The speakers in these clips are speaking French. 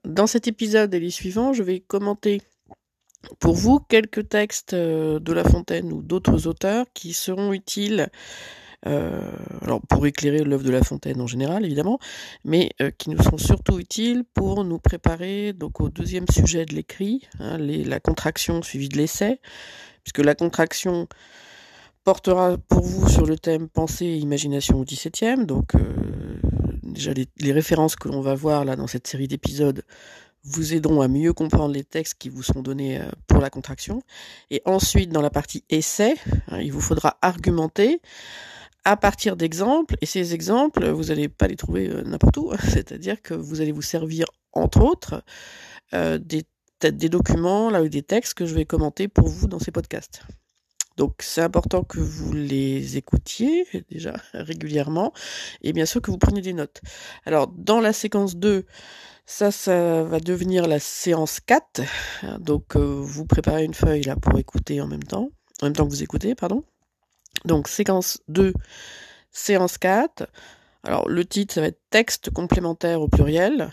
Dans cet épisode et les suivants, je vais commenter pour vous quelques textes de La Fontaine ou d'autres auteurs qui seront utiles alors pour éclairer l'œuvre de La Fontaine en général évidemment, mais qui nous sont surtout utiles pour nous préparer donc au deuxième sujet de l'écrit, la contraction suivie de l'essai, puisque la contraction portera pour vous sur le thème pensée et imagination au XVIIe, donc déjà les références que l'on va voir là dans cette série d'épisodes vous aideront à mieux comprendre les textes qui vous seront donnés pour la contraction. Et ensuite, dans la partie essai, il vous faudra argumenter à partir d'exemples, et ces exemples, vous n'allez pas les trouver n'importe où, c'est-à-dire que vous allez vous servir, entre autres, des documents, là, ou des textes que je vais commenter pour vous dans ces podcasts. Donc c'est important que vous les écoutiez déjà régulièrement, et bien sûr que vous preniez des notes. Alors dans la séquence 2, ça va devenir la séance 4, donc vous préparez une feuille là pour écouter en même temps que vous écoutez, pardon. Donc séquence 2, séance 4, alors le titre ça va être texte complémentaire au pluriel.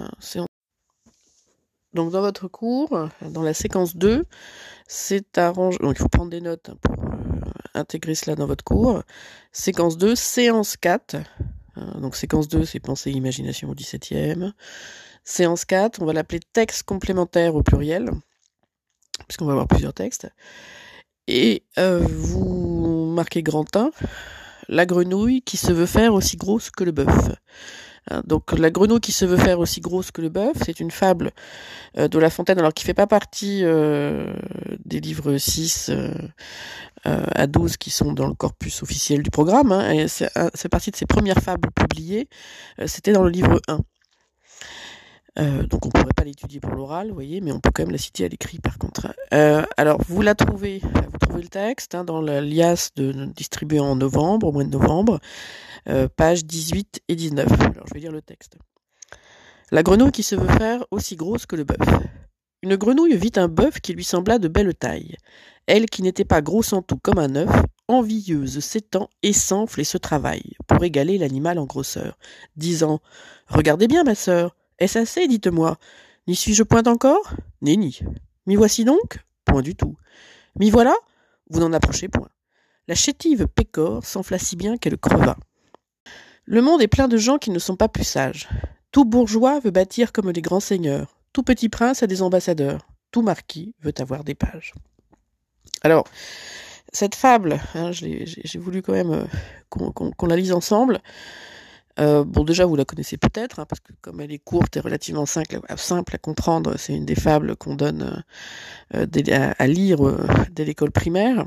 Donc dans votre cours, dans la séquence 2, c'est arrangé, donc il faut prendre des notes pour intégrer cela dans votre cours. Séquence 2, séance 4, donc séquence 2 c'est pensée et imagination au XVIIe. Séance 4, on va l'appeler texte complémentaire au pluriel, puisqu'on va avoir plusieurs textes. Et vous marquez grand 1, la grenouille qui se veut faire aussi grosse que le bœuf. Donc la grenouille qui se veut faire aussi grosse que le bœuf, c'est une fable de La Fontaine, alors qui fait pas partie des livres 6 à 12 qui sont dans le corpus officiel du programme, et c'est partie de ses premières fables publiées, c'était dans le livre 1. Donc on pourrait pas l'étudier pour l'oral, vous voyez, mais on peut quand même la citer à l'écrit par contre. Alors vous trouvez le texte dans la liasse distribuée en novembre, au mois de novembre, pages 18 et 19. Alors je vais lire le texte. La grenouille qui se veut faire aussi grosse que le bœuf. Une grenouille vit un bœuf qui lui sembla de belle taille. Elle qui n'était pas grosse en tout comme un œuf, envieuse s'étend et s'enfle et se travaille, pour égaler l'animal en grosseur, disant « Regardez bien, ma sœur, est-ce assez, dites-moi? N'y suis-je point encore? Nenni. M'y voici donc? Point du tout. M'y voilà? Vous n'en approchez point. » La chétive pécore s'enfla si bien qu'elle creva. Le monde est plein de gens qui ne sont pas plus sages. Tout bourgeois veut bâtir comme les grands seigneurs. Tout petit prince a des ambassadeurs. Tout marquis veut avoir des pages. Alors, cette fable, j'ai voulu quand même qu'on la lise ensemble. Bon, déjà, vous la connaissez peut-être, parce que comme elle est courte et relativement simple à comprendre, c'est une des fables qu'on donne à lire dès l'école primaire.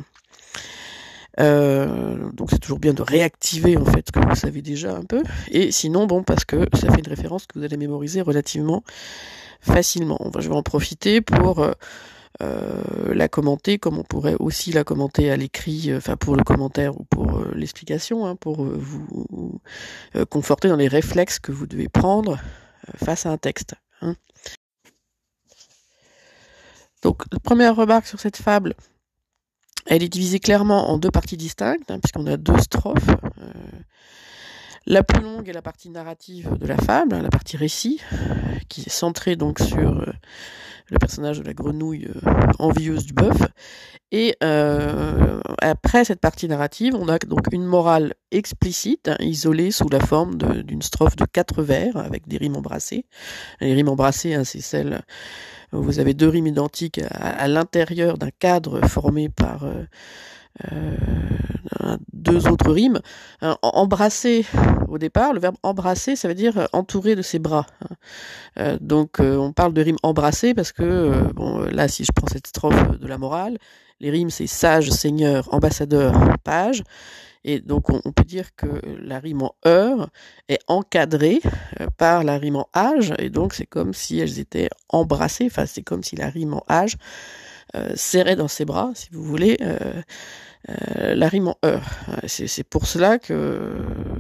Donc c'est toujours bien de réactiver en fait ce que vous savez déjà un peu, et sinon parce que ça fait une référence que vous allez mémoriser relativement facilement. Je vais en profiter pour la commenter comme on pourrait aussi la commenter à l'écrit, pour le commentaire ou pour l'explication, pour vous conforter dans les réflexes que vous devez prendre face à un texte. Donc la première remarque sur cette fable, elle est divisée clairement en deux parties distinctes, puisqu'on a deux strophes. La plus longue est la partie narrative de la fable, la partie récit, qui est centrée donc sur le personnage de la grenouille envieuse du bœuf. Et après cette partie narrative, on a donc une morale explicite, isolée sous la forme d'une strophe de 4 vers, avec des rimes embrassées. Les rimes embrassées, c'est celles où vous avez 2 rimes identiques à l'intérieur d'un cadre formé par 2 autres rimes. Embrasser, au départ, le verbe embrasser, ça veut dire entouré de ses bras. Donc on parle de rimes embrassées parce que, là, si je prends cette strophe de la morale, les rimes c'est sage, seigneur, ambassadeur, page. Et donc on peut dire que la rime en heure est encadrée par la rime en âge, et donc c'est comme si elles étaient embrassées, c'est comme si la rime en âge serrait dans ses bras, si vous voulez, la rime en heure. C'est pour cela que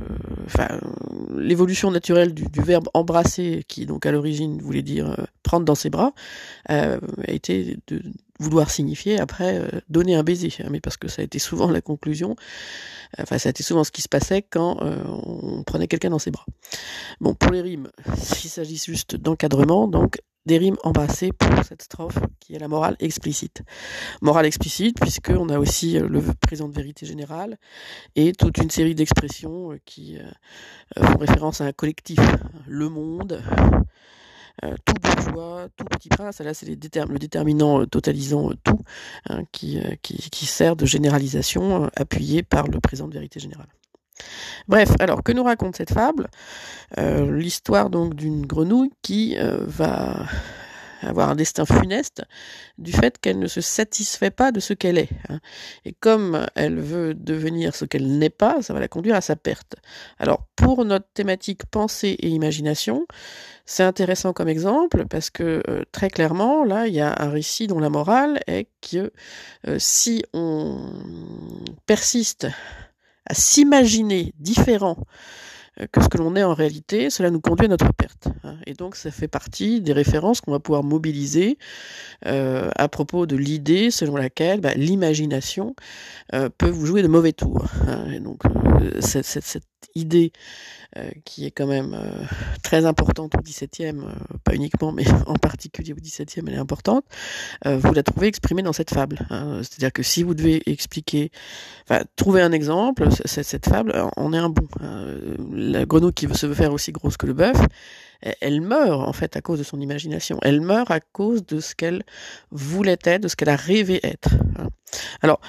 l'évolution naturelle du verbe embrasser, qui donc à l'origine voulait dire prendre dans ses bras, a été de vouloir signifier après donner un baiser, mais parce que ça a été souvent la conclusion, ça a été souvent ce qui se passait quand on prenait quelqu'un dans ses bras. Bon, pour les rimes, s'il s'agit juste d'encadrement, donc des rimes embrassées pour cette strophe qui est la morale explicite. Morale explicite puisqu'on a aussi le présent de vérité générale et toute une série d'expressions qui font référence à un collectif. Le monde, tout bourgeois, tout petit prince, là c'est le déterminant totalisant tout, qui sert de généralisation appuyée par le présent de vérité générale. Bref, alors que nous raconte cette fable? L'histoire donc d'une grenouille qui va avoir un destin funeste du fait qu'elle ne se satisfait pas de ce qu'elle est. Et comme elle veut devenir ce qu'elle n'est pas, ça va la conduire à sa perte. Alors, pour notre thématique pensée et imagination, c'est intéressant comme exemple parce que très clairement, là, il y a un récit dont la morale est que si on persiste à s'imaginer différent que ce que l'on est en réalité, cela nous conduit à notre perte. Et donc ça fait partie des références qu'on va pouvoir mobiliser à propos de l'idée selon laquelle l'imagination peut vous jouer de mauvais tours. Et donc cette idée qui est quand même très importante au XVIIe, pas uniquement, mais en particulier au XVIIe, elle est importante, vous la trouvez exprimée dans cette fable. C'est-à-dire que si vous devez trouver un exemple, cette fable en est un bon. La grenouille qui se veut faire aussi grosse que le bœuf, elle meurt en fait à cause de son imagination. Elle meurt à cause de ce qu'elle voulait être, de ce qu'elle a rêvé être. Alors,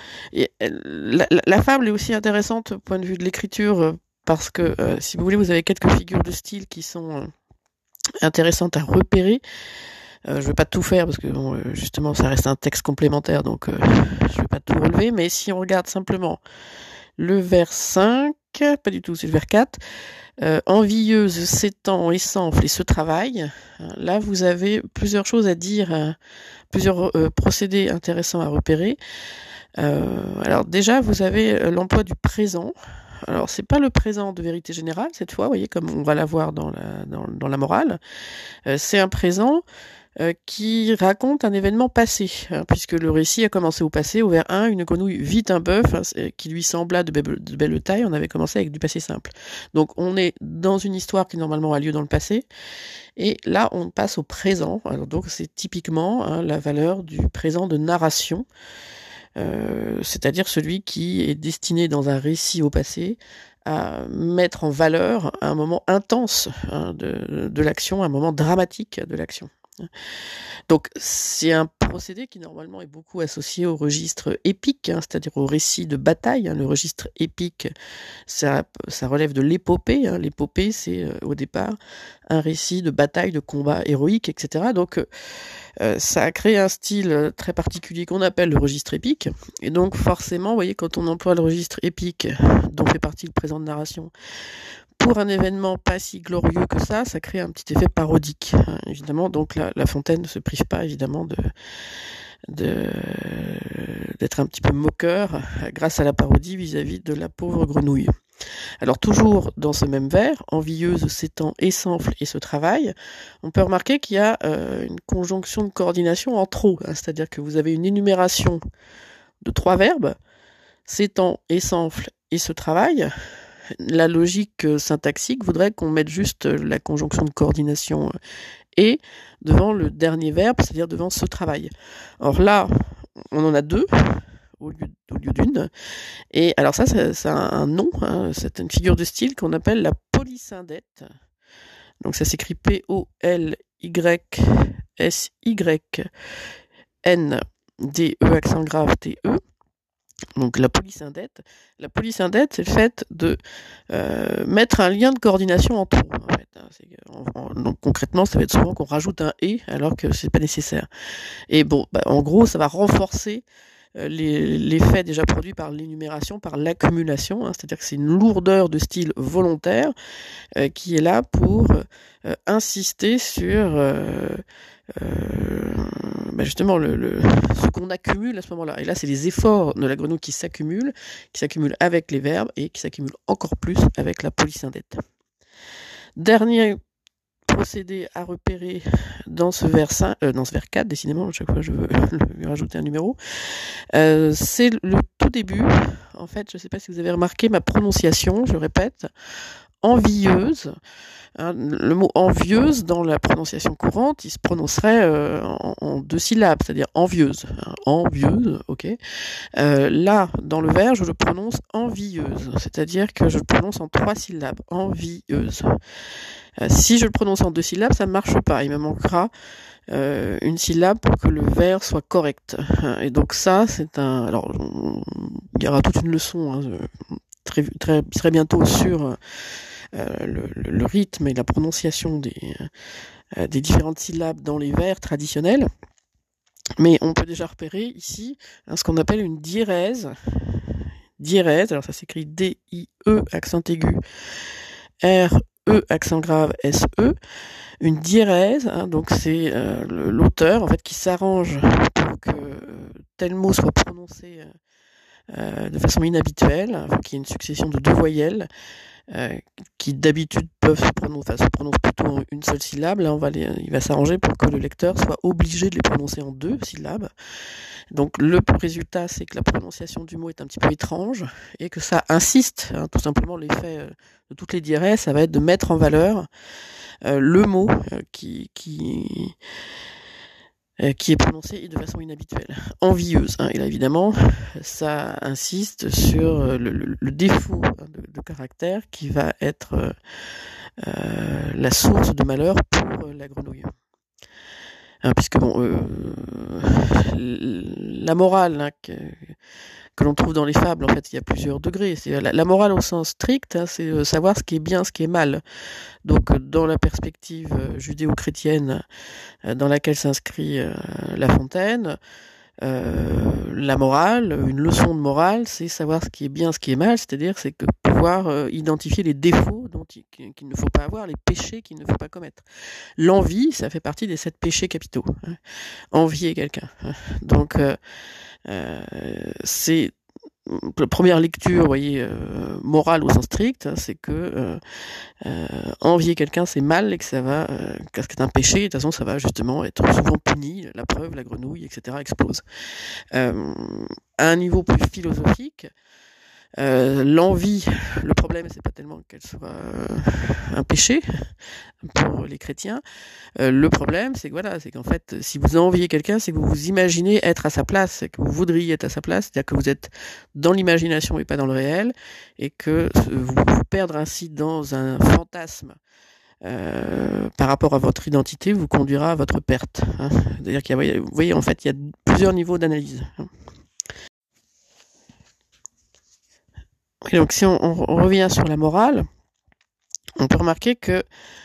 la fable est aussi intéressante au point de vue de l'écriture, parce que, si vous voulez, vous avez quelques figures de style qui sont intéressantes à repérer. Je vais pas tout faire, parce que justement, ça reste un texte complémentaire, donc je vais pas tout relever, mais si on regarde simplement le vers 5, pas du tout, c'est le vers 4, envieuse s'étend et s'enfle et se travaille. Là, vous avez plusieurs choses à dire, plusieurs procédés intéressants à repérer. Alors déjà, vous avez l'emploi du présent. Alors, c'est pas le présent de vérité générale, cette fois, vous voyez, comme on va l'avoir dans la morale. C'est un présent qui raconte un événement passé, puisque le récit a commencé au passé. Au vers 1, une grenouille vit un bœuf qui lui sembla de belle taille. On avait commencé avec du passé simple. Donc, on est dans une histoire qui normalement a lieu dans le passé. Et là, on passe au présent. Alors, donc, c'est typiquement la valeur du présent de narration. C'est-à-dire celui qui est destiné dans un récit au passé à mettre en valeur un moment intense de l'action, un moment dramatique de l'action. Donc c'est un procédé qui normalement est beaucoup associé au registre épique, c'est-à-dire au récit de bataille. Le registre épique, ça relève de l'épopée. L'épopée, c'est au départ un récit de bataille, de combat héroïque, etc. Donc ça a créé un style très particulier qu'on appelle le registre épique. Et donc forcément, vous voyez, quand on emploie le registre épique, dont fait partie le présent de narration, pour un événement pas si glorieux que ça crée un petit effet parodique, évidemment. Donc la Fontaine ne se prive pas, évidemment, d'être un petit peu moqueur grâce à la parodie vis-à-vis de la pauvre grenouille. Alors toujours dans ce même vers, envieuse s'étend et s'enfle et se travaille, on peut remarquer qu'il y a une conjonction de coordination en trop, c'est-à-dire que vous avez une énumération de 3 verbes, s'étend et s'enfle et se travaille. La logique syntaxique voudrait qu'on mette juste la conjonction de coordination et devant le dernier verbe, c'est-à-dire devant ce travail. Or là, on en a 2 au lieu d'une. Et alors ça, c'est un nom, c'est une figure de style qu'on appelle la polysyndète. Donc ça s'écrit P-O-L-Y-S-Y-N-D-E accent grave T-E. Donc la polysyndète, c'est le fait de mettre un lien de coordination en trop. En fait, donc concrètement, ça va être souvent qu'on rajoute un et alors que c'est pas nécessaire. Et bon, en gros, ça va renforcer l'effet déjà produit par l'énumération, par l'accumulation, c'est-à-dire que c'est une lourdeur de style volontaire qui est là pour insister sur justement ce qu'on accumule à ce moment-là. Et là, c'est les efforts de la grenouille qui s'accumulent avec les verbes et qui s'accumulent encore plus avec la polysynthète. Dernier procédé à repérer dans ce vers 4, décidément, à chaque fois je veux lui rajouter un numéro, c'est le tout début. En fait, je ne sais pas si vous avez remarqué ma prononciation, je répète, envieuse. Le mot envieuse, dans la prononciation courante, il se prononcerait en 2 syllabes, c'est-à-dire envieuse. Envieuse, ok. Là, dans le vers, je le prononce envieuse, c'est-à-dire que je le prononce en 3 syllabes, envieuse. Si je le prononce en 2 syllabes, ça ne marche pas, il me manquera une syllabe pour que le vers soit correct. Et donc ça, alors, il y aura toute une leçon très bientôt sur le rythme et la prononciation des différentes syllabes dans les vers traditionnels. Mais on peut déjà repérer ici ce qu'on appelle une diérèse. Diérèse, alors ça s'écrit D-I-E, accent aigu, R-E, accent grave, S-E. Une diérèse, donc c'est l'auteur en fait qui s'arrange pour que tel mot soit prononcé de façon inhabituelle, qu'il y ait une succession de 2 voyelles qui d'habitude se prononcent plutôt en une seule syllabe. Là, il va s'arranger pour que le lecteur soit obligé de les prononcer en 2 syllabes. Donc le résultat, c'est que la prononciation du mot est un petit peu étrange et que ça insiste, tout simplement l'effet de toutes les diérèses, ça va être de mettre en valeur le mot qui est prononcé de façon inhabituelle. Envieuse. Et là, évidemment, ça insiste sur le défaut de caractère qui va être la source de malheur pour la grenouille. Puisque la morale que l'on trouve dans les fables, en fait, il y a plusieurs degrés. C'est la morale au sens strict, c'est savoir ce qui est bien, ce qui est mal. Donc, dans la perspective judéo-chrétienne dans laquelle s'inscrit La Fontaine, la morale, une leçon de morale, c'est savoir ce qui est bien, ce qui est mal, c'est-à-dire c'est que pouvoir identifier les défauts qu'il ne faut pas avoir, les péchés qu'il ne faut pas commettre. L'envie, ça fait partie des 7 péchés capitaux. Envier quelqu'un. Donc, c'est la première lecture, vous voyez, morale au sens strict, c'est que envier quelqu'un c'est mal et que ça va, que c'est un péché, et de toute façon ça va justement être souvent puni, la preuve, la grenouille, etc. explose. À un niveau plus philosophique, l'envie, le problème c'est pas tellement qu'elle soit un péché pour les chrétiens, le problème c'est que c'est qu'en fait si vous enviez quelqu'un, c'est que vous vous imaginez être à sa place, c'est que vous voudriez être à sa place, c'est-à-dire que vous êtes dans l'imagination et pas dans le réel, et que vous perdre ainsi dans un fantasme par rapport à votre identité vous conduira à votre perte. C'est-à-dire qu'il y a, vous voyez, en fait il y a plusieurs niveaux d'analyse. Et donc si on revient sur la morale, on peut remarquer que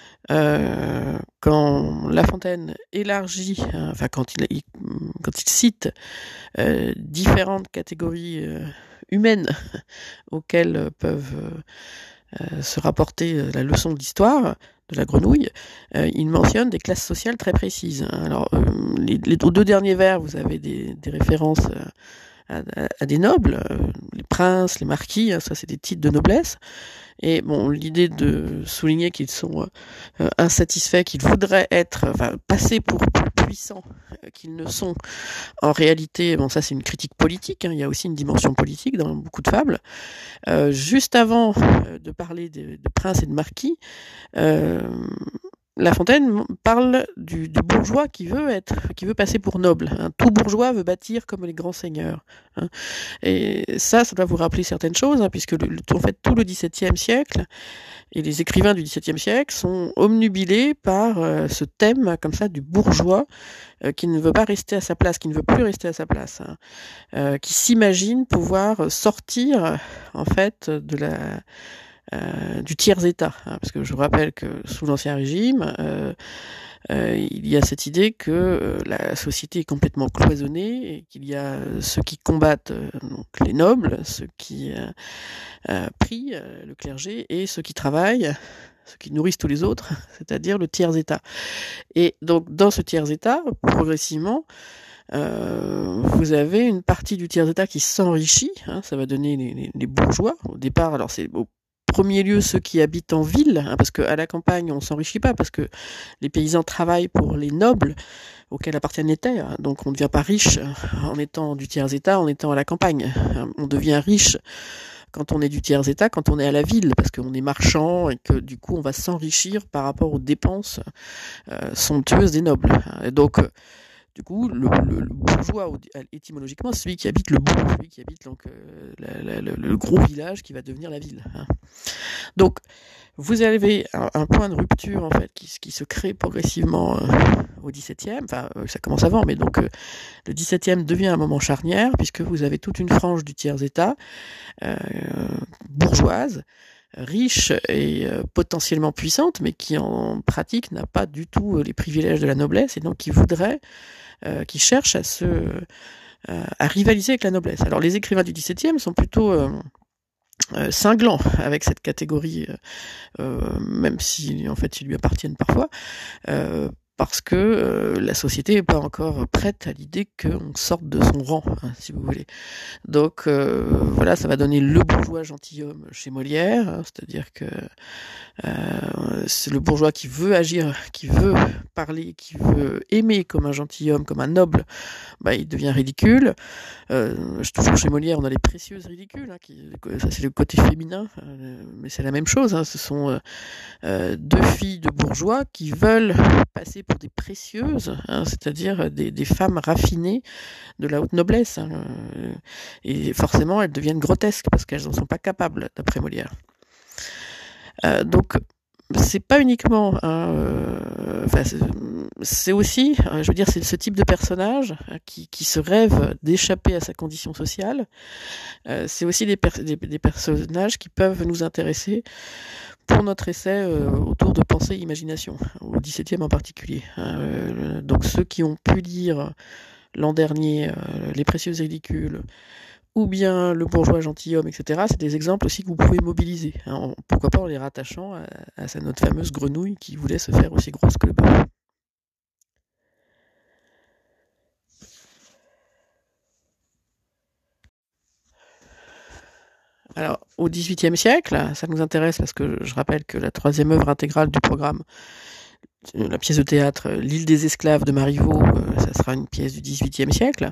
quand La Fontaine élargit, quand il cite différentes catégories humaines auxquelles peuvent se rapporter la leçon de l'histoire de la grenouille, il mentionne des classes sociales très précises. Alors, aux 2 derniers vers, vous avez des références à des nobles, les princes, les marquis, ça c'est des titres de noblesse. Et bon, l'idée de souligner qu'ils sont insatisfaits, qu'ils voudraient passer pour plus puissants qu'ils ne sont. En réalité, ça c'est une critique politique, il y a aussi une dimension politique dans beaucoup de fables. Juste avant de parler de princes et de marquis, La Fontaine parle du bourgeois qui veut passer pour noble. Tout bourgeois veut bâtir comme les grands seigneurs. Et ça doit vous rappeler certaines choses, puisque en fait tout le XVIIe siècle et les écrivains du XVIIe siècle sont omnubilés par ce thème comme ça du bourgeois qui ne veut pas rester à sa place, qui ne veut plus rester à sa place, qui s'imagine pouvoir sortir en fait du tiers-état, parce que je vous rappelle que sous l'Ancien Régime, il y a cette idée que la société est complètement cloisonnée et qu'il y a ceux qui combattent donc les nobles, ceux qui prient, le clergé, et ceux qui travaillent, ceux qui nourrissent tous les autres, c'est-à-dire le tiers-état. Et donc dans ce tiers-état, progressivement, vous avez une partie du tiers-état qui s'enrichit, ça va donner les bourgeois. Au départ, alors c'est au premier lieu ceux qui habitent en ville, parce qu'à la campagne on s'enrichit pas, parce que les paysans travaillent pour les nobles auxquels appartiennent les terres, donc on ne devient pas riche en étant du tiers-état, en étant à la campagne. On devient riche quand on est du tiers-état, quand on est à la ville, parce qu'on est marchand et que du coup on va s'enrichir par rapport aux dépenses somptueuses des nobles. Et donc du coup, le bourgeois, étymologiquement, c'est celui qui habite le bourg, celui qui habite donc, le gros village qui va devenir la ville. Donc, vous avez un point de rupture en fait qui se crée progressivement au XVIIe. Enfin, ça commence avant, mais donc le XVIIe devient un moment charnière puisque vous avez toute une frange du tiers-état bourgeoise, riche et potentiellement puissante, mais qui en pratique n'a pas du tout les privilèges de la noblesse et donc qui cherche à rivaliser avec la noblesse. Alors les écrivains du XVIIe sont plutôt cinglants avec cette catégorie, même si en fait ils lui appartiennent parfois, parce que la société n'est pas encore prête à l'idée qu'on sorte de son rang, si vous voulez. Donc voilà, ça va donner le bourgeois gentilhomme chez Molière, c'est-à-dire que c'est le bourgeois qui veut agir, qui veut parler, qui veut aimer comme un gentilhomme, comme un noble, il devient ridicule. Toujours chez Molière, on a les précieuses ridicules, ça c'est le côté féminin, mais c'est la même chose, ce sont deux filles de bourgeois qui veulent passer pour des précieuses, c'est-à-dire des femmes raffinées de la haute noblesse, et forcément elles deviennent grotesques parce qu'elles n'en sont pas capables, d'après Molière. Donc c'est pas uniquement c'est aussi, je veux dire, c'est ce type de personnage qui se rêve d'échapper à sa condition sociale. C'est aussi des personnages qui peuvent nous intéresser pour notre essai autour de pensée et imagination, au XVIIe en particulier. Donc ceux qui ont pu lire l'an dernier Les précieuses ridicules, ou bien le bourgeois gentilhomme, etc., c'est des exemples aussi que vous pouvez mobiliser. Pourquoi pas en les rattachant à notre fameuse grenouille qui voulait se faire aussi grosse que le bœuf. Alors, au XVIIIe siècle, ça nous intéresse parce que je rappelle que la troisième œuvre intégrale du programme, la pièce de théâtre L'île des esclaves de Marivaux, ça sera une pièce du XVIIIe siècle.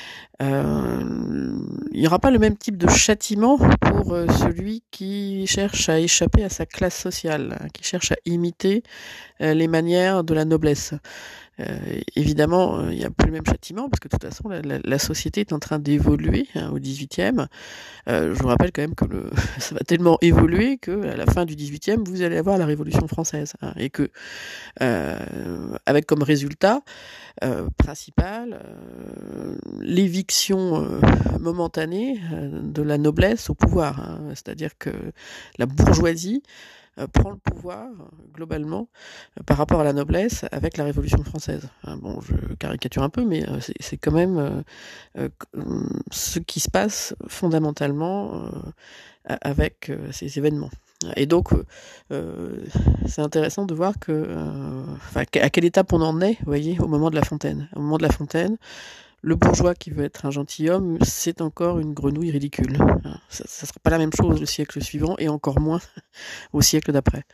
Il n'y aura pas le même type de châtiment pour celui qui cherche à échapper à sa classe sociale, qui cherche à imiter les manières de la noblesse. Évidemment, il n'y a plus le même châtiment parce que de toute façon, la société est en train d'évoluer au XVIIIe. Je vous rappelle quand même que ça va tellement évoluer que à la fin du XVIIIe, vous allez avoir la Révolution française, et que avec comme résultat principal l'éviction momentanée de la noblesse au pouvoir, c'est-à-dire que la bourgeoisie prend le pouvoir globalement par rapport à la noblesse avec la Révolution française. Bon, je caricature un peu, mais c'est quand même ce qui se passe fondamentalement avec ces événements. Et donc, c'est intéressant de voir à quelle étape on en est, vous voyez, au moment de la Fontaine. Au moment de la Fontaine, le bourgeois qui veut être un gentilhomme, c'est encore une grenouille ridicule. Ça sera pas la même chose le siècle suivant, et encore moins au siècle d'après.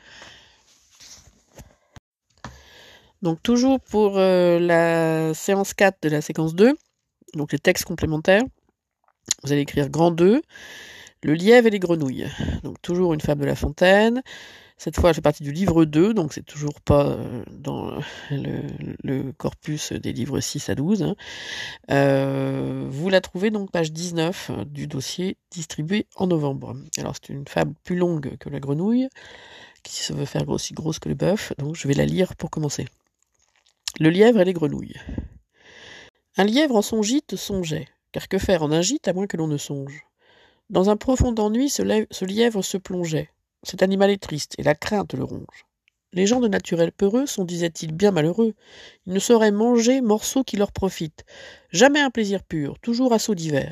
Donc toujours pour la séance 4 de la séquence 2, donc les textes complémentaires, vous allez écrire grand 2, le lièvre et les grenouilles. Donc toujours une fable de La Fontaine. Cette fois, je fais partie du livre 2, donc c'est toujours pas dans le corpus des livres 6 à 12. Vous la trouvez donc page 19 du dossier distribué en novembre. Alors c'est une fable plus longue que la grenouille, qui se veut faire aussi grosse que le bœuf, donc je vais la lire pour commencer. Le lièvre et les grenouilles. Un lièvre en son gîte songeait, car que faire en un gîte à moins que l'on ne songe ? Dans un profond ennui, ce lièvre se plongeait. Cet animal est triste, et la crainte le ronge. Les gens de naturel peureux sont, disait-il, bien malheureux. Ils ne sauraient manger morceaux qui leur profitent. Jamais un plaisir pur, toujours assaut divers.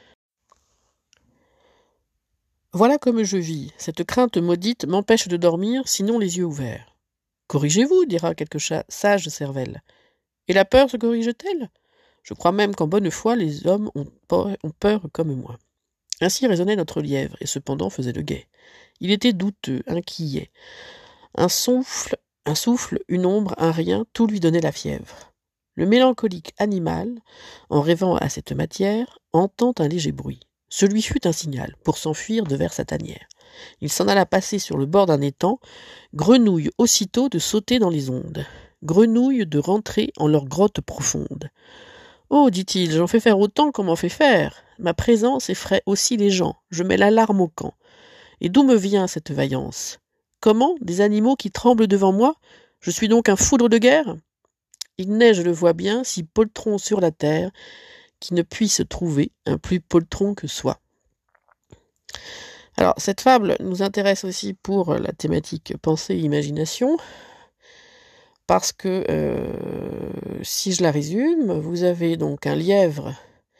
Voilà comme je vis. Cette crainte maudite m'empêche de dormir, sinon les yeux ouverts. Corrigez-vous, dira quelque sage cervelle. Et la peur se corrige-t-elle? Je crois même qu'en bonne foi, les hommes ont peur comme moi. Ainsi raisonnait notre lièvre, et cependant faisait le guet. Il était douteux, inquiet. Un souffle, une ombre, un rien, tout lui donnait la fièvre. Le mélancolique animal, en rêvant à cette matière, entend un léger bruit. Ce lui fut un signal pour s'enfuir devers sa tanière. Il s'en alla passer sur le bord d'un étang, grenouille aussitôt de sauter dans les ondes, grenouille de rentrer en leur grotte profonde. Oh, dit-il, j'en fais faire autant qu'on m'en fait faire. Ma présence effraie aussi les gens, je mets l'alarme au camp. Et d'où me vient cette vaillance? Comment? Des animaux qui tremblent devant moi? Je suis donc un foudre de guerre? Il n'est, je le vois bien, si poltron sur la terre, qui ne puisse trouver un plus poltron que soi. Alors, cette fable nous intéresse aussi pour la thématique pensée et imagination, parce que, si je la résume, vous avez donc un lièvre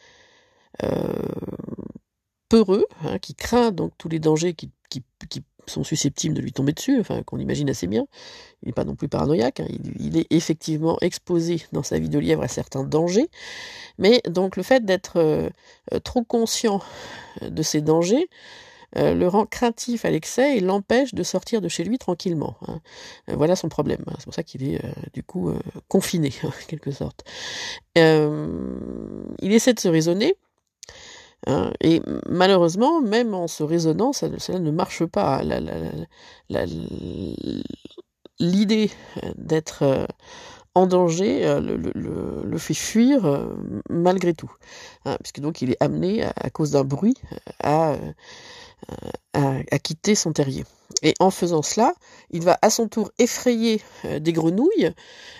peureux, qui craint donc tous les dangers qui sont susceptibles de lui tomber dessus, enfin qu'on imagine assez bien. Il n'est pas non plus paranoïaque, il est effectivement exposé dans sa vie de lièvre à certains dangers, mais donc le fait d'être trop conscient de ces dangers le rend craintif à l'excès et l'empêche de sortir de chez lui tranquillement. Voilà son problème. C'est pour ça qu'il est du coup confiné, en quelque sorte. Il essaie de se raisonner, et malheureusement, même en se raisonnant, cela ne marche pas. L'idée d'être en danger le fait fuir malgré tout, puisque donc il est amené, à cause d'un bruit, à quitter son terrier. Et en faisant cela, il va à son tour effrayer des grenouilles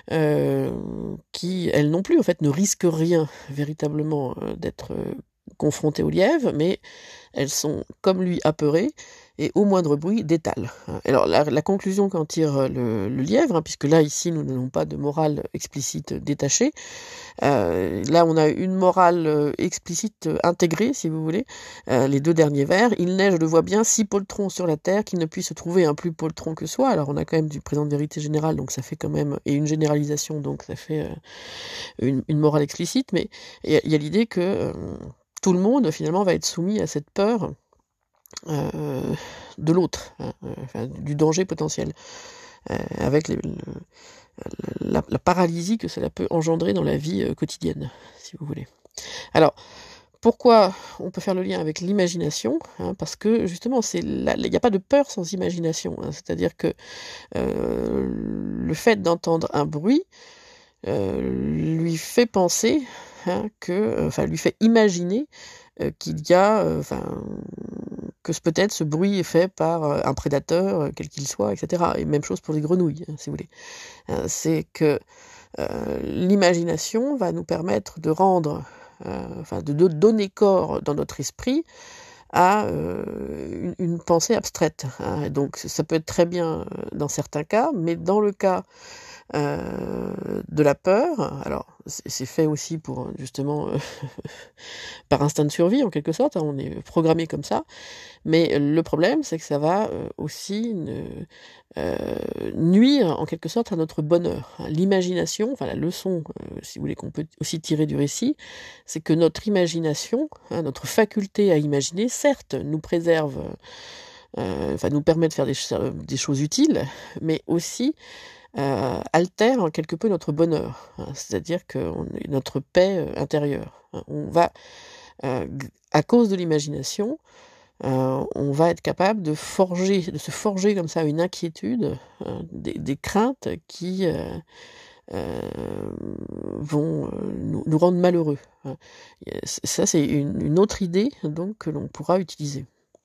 qui, elles non plus, en fait, ne risquent rien véritablement d'être confrontées au lièvre, mais elles sont, comme lui, apeurées et au moindre bruit d'étalent. Alors la conclusion qu'en tire le lièvre, puisque là, ici, nous n'avons pas de morale explicite détachée, là, on a une morale explicite intégrée, si vous voulez, les deux derniers vers. Il n'est, je le vois bien, 6 poltrons sur la terre, qu'il ne puisse se trouver un plus poltron que soi. Alors, on a quand même du présent de vérité générale, donc ça fait quand même, et une généralisation, donc ça fait une morale explicite, mais il y a l'idée que tout le monde, finalement, va être soumis à cette peur de l'autre, enfin, du danger potentiel, avec la paralysie que cela peut engendrer dans la vie quotidienne, si vous voulez. Alors, pourquoi on peut faire le lien avec l'imagination, parce que justement, il n'y a pas de peur sans imagination, c'est-à-dire que le fait d'entendre un bruit lui fait penser, lui fait imaginer qu'il y a, que peut-être ce bruit est fait par un prédateur, quel qu'il soit, etc. Et même chose pour les grenouilles, si vous voulez. C'est que l'imagination va nous permettre de rendre, de donner corps dans notre esprit à une pensée abstraite. Donc ça peut être très bien dans certains cas, mais dans le cas de la peur, alors c'est fait aussi pour justement par instinct de survie en quelque sorte, on est programmé comme ça, mais le problème c'est que ça va aussi nuire en quelque sorte à notre bonheur. L'imagination, la leçon, si vous voulez, qu'on peut aussi tirer du récit, c'est que notre imagination, notre faculté à imaginer, certes, nous préserve, nous permet de faire des choses utiles, mais aussi altère en quelque peu notre bonheur, c'est-à-dire que notre paix intérieure. On va, à cause de l'imagination, on va être capable de se forger comme ça une inquiétude, des craintes qui vont nous rendre malheureux. Ça, c'est une autre idée donc que l'on pourra utiliser.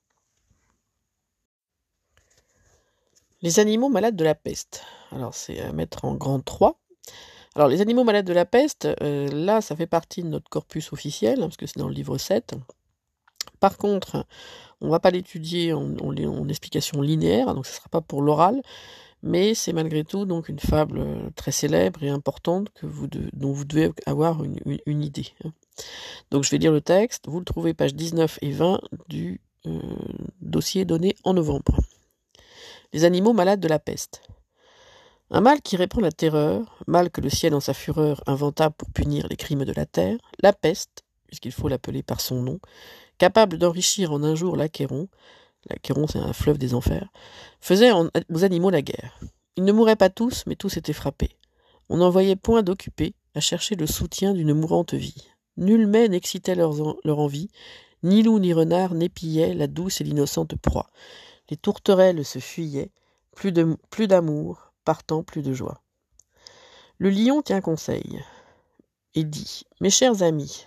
Les animaux malades de la peste. Alors, c'est à mettre en grand 3. Alors, les animaux malades de la peste, là, ça fait partie de notre corpus officiel, parce que c'est dans le livre 7. Par contre, on ne va pas l'étudier en explication linéaire, donc ce ne sera pas pour l'oral, mais c'est malgré tout donc une fable très célèbre et importante dont vous devez avoir une idée. Donc je vais lire le texte, vous le trouvez pages 19 et 20 du dossier donné en novembre. Les animaux malades de la peste. Un mal qui répand la terreur, mal que le ciel en sa fureur inventa pour punir les crimes de la terre, la peste, puisqu'il faut l'appeler par son nom, capable d'enrichir en un jour l'Achéron c'est un fleuve des enfers, faisait aux animaux la guerre. Ils ne mouraient pas tous, mais tous étaient frappés. On n'en voyait point d'occupés à chercher le soutien d'une mourante vie. Nul mets n'excitait leur envie, ni loup ni renard n'épillaient la douce et l'innocente proie. Les tourterelles se fuyaient, plus d'amour, partant plus de joie. Le lion tient conseil et dit « Mes chers amis,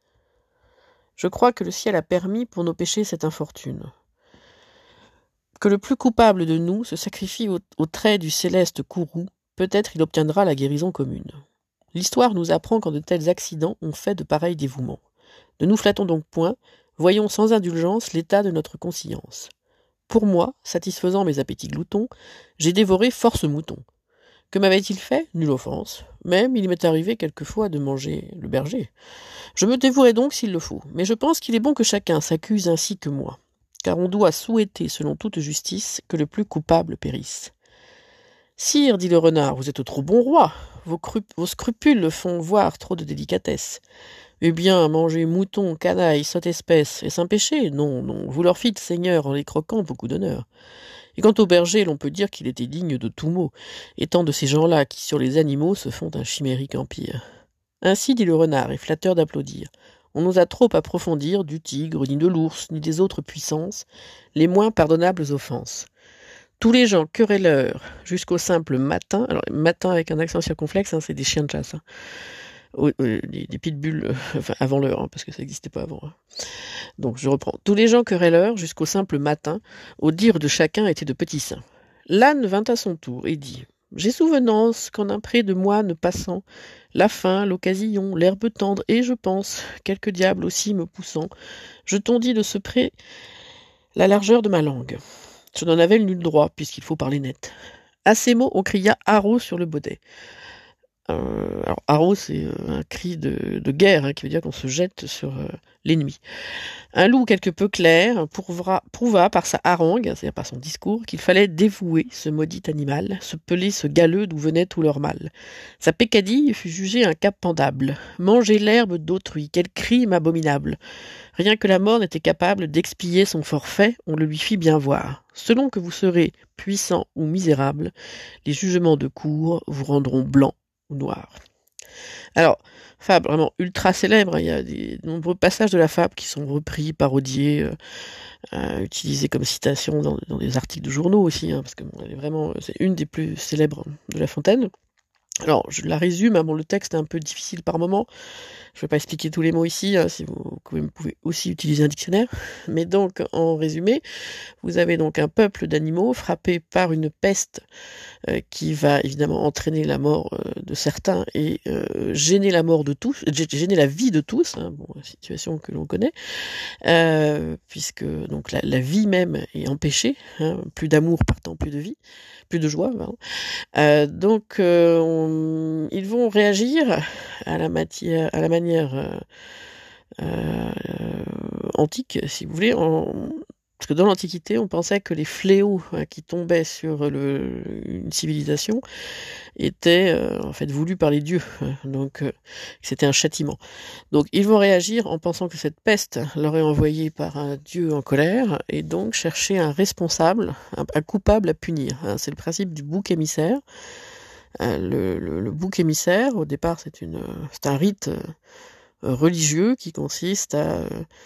je crois que le ciel a permis pour nos péchés cette infortune. Que le plus coupable de nous se sacrifie au trait du céleste courroux, peut-être il obtiendra la guérison commune. L'histoire nous apprend qu'en de tels accidents on fait de pareils dévouements. Ne nous flattons donc point, voyons sans indulgence l'état de notre conscience. Pour moi, satisfaisant mes appétits gloutons, j'ai dévoré force moutons. Que m'avait-il fait? Nulle offense. Même il m'est arrivé quelquefois de manger le berger. Je me dévouerai donc s'il le faut, mais je pense qu'il est bon que chacun s'accuse ainsi que moi, car on doit souhaiter, selon toute justice, que le plus coupable périsse. Sire, dit le renard, vous êtes trop bon roi, vos scrupules font voir trop de délicatesse. Eh bien, manger mouton, canaille, sotte espèce, est-ce un péché? Non, non, vous leur fîtes, seigneur, en les croquant, beaucoup d'honneur. Et quant au berger, l'on peut dire qu'il était digne de tout mot, étant de ces gens-là qui, sur les animaux, se font un chimérique empire. Ainsi, dit le renard, et flatteur d'applaudir, on n'osa trop approfondir du tigre, ni de l'ours, ni des autres puissances, les moins pardonnables offenses. Tous les gens querelleurs, jusqu'au simple matin, alors matin avec un accent circonflexe, c'est des chiens de chasse, des pitbulls, enfin avant l'heure, parce que ça n'existait pas avant. Donc je reprends. Tous les gens querelleurs, jusqu'au simple matin, au dire de chacun étaient de petits saints. L'âne vint à son tour et dit « J'ai souvenance qu'en un pré de moine passant, la faim, l'occasion, l'herbe tendre, et je pense, quelque diable aussi me poussant, je tondis de ce pré la largeur de ma langue. Je n'en avais nul droit, puisqu'il faut parler net. À ces mots, on cria « haro » sur le baudet. Alors, haro, c'est un cri de guerre, qui veut dire qu'on se jette sur l'ennemi. Un loup quelque peu clair prouva par sa harangue, c'est-à-dire par son discours, qu'il fallait dévouer ce maudit animal, ce pelé, ce galeux d'où venait tout leur mal. Sa peccadille fut jugée un cap pendable. Manger l'herbe d'autrui, quel crime abominable! Rien que la mort n'était capable d'expier son forfait, on le lui fit bien voir. Selon que vous serez puissant ou misérable, les jugements de cour vous rendront blanc ou noir. Alors, fable vraiment ultra célèbre, il y a des nombreux passages de la fable qui sont repris, parodiés, utilisés comme citation dans des articles de journaux aussi, parce que bon, c'est une des plus célèbres de La Fontaine. Alors, je la résume, bon, le texte est un peu difficile par moment, je ne vais pas expliquer tous les mots ici, si vous pouvez aussi utiliser un dictionnaire, mais donc, en résumé, vous avez donc un peuple d'animaux frappé par une peste qui va évidemment entraîner la mort de certains et gêner la mort de tous, gêner la vie de tous, situation que l'on connaît, puisque donc la vie même est empêchée, plus d'amour partant, plus de vie, plus de joie. Donc ils vont réagir à la manière antique, si vous voulez, parce que dans l'Antiquité, on pensait que les fléaux qui tombaient sur une civilisation étaient en fait voulus par les dieux, donc c'était un châtiment. Donc ils vont réagir en pensant que cette peste leur est envoyée par un dieu en colère, et donc chercher un responsable, un coupable à punir. C'est le principe du bouc émissaire. Le bouc émissaire, au départ, c'est un rite religieux qui consiste à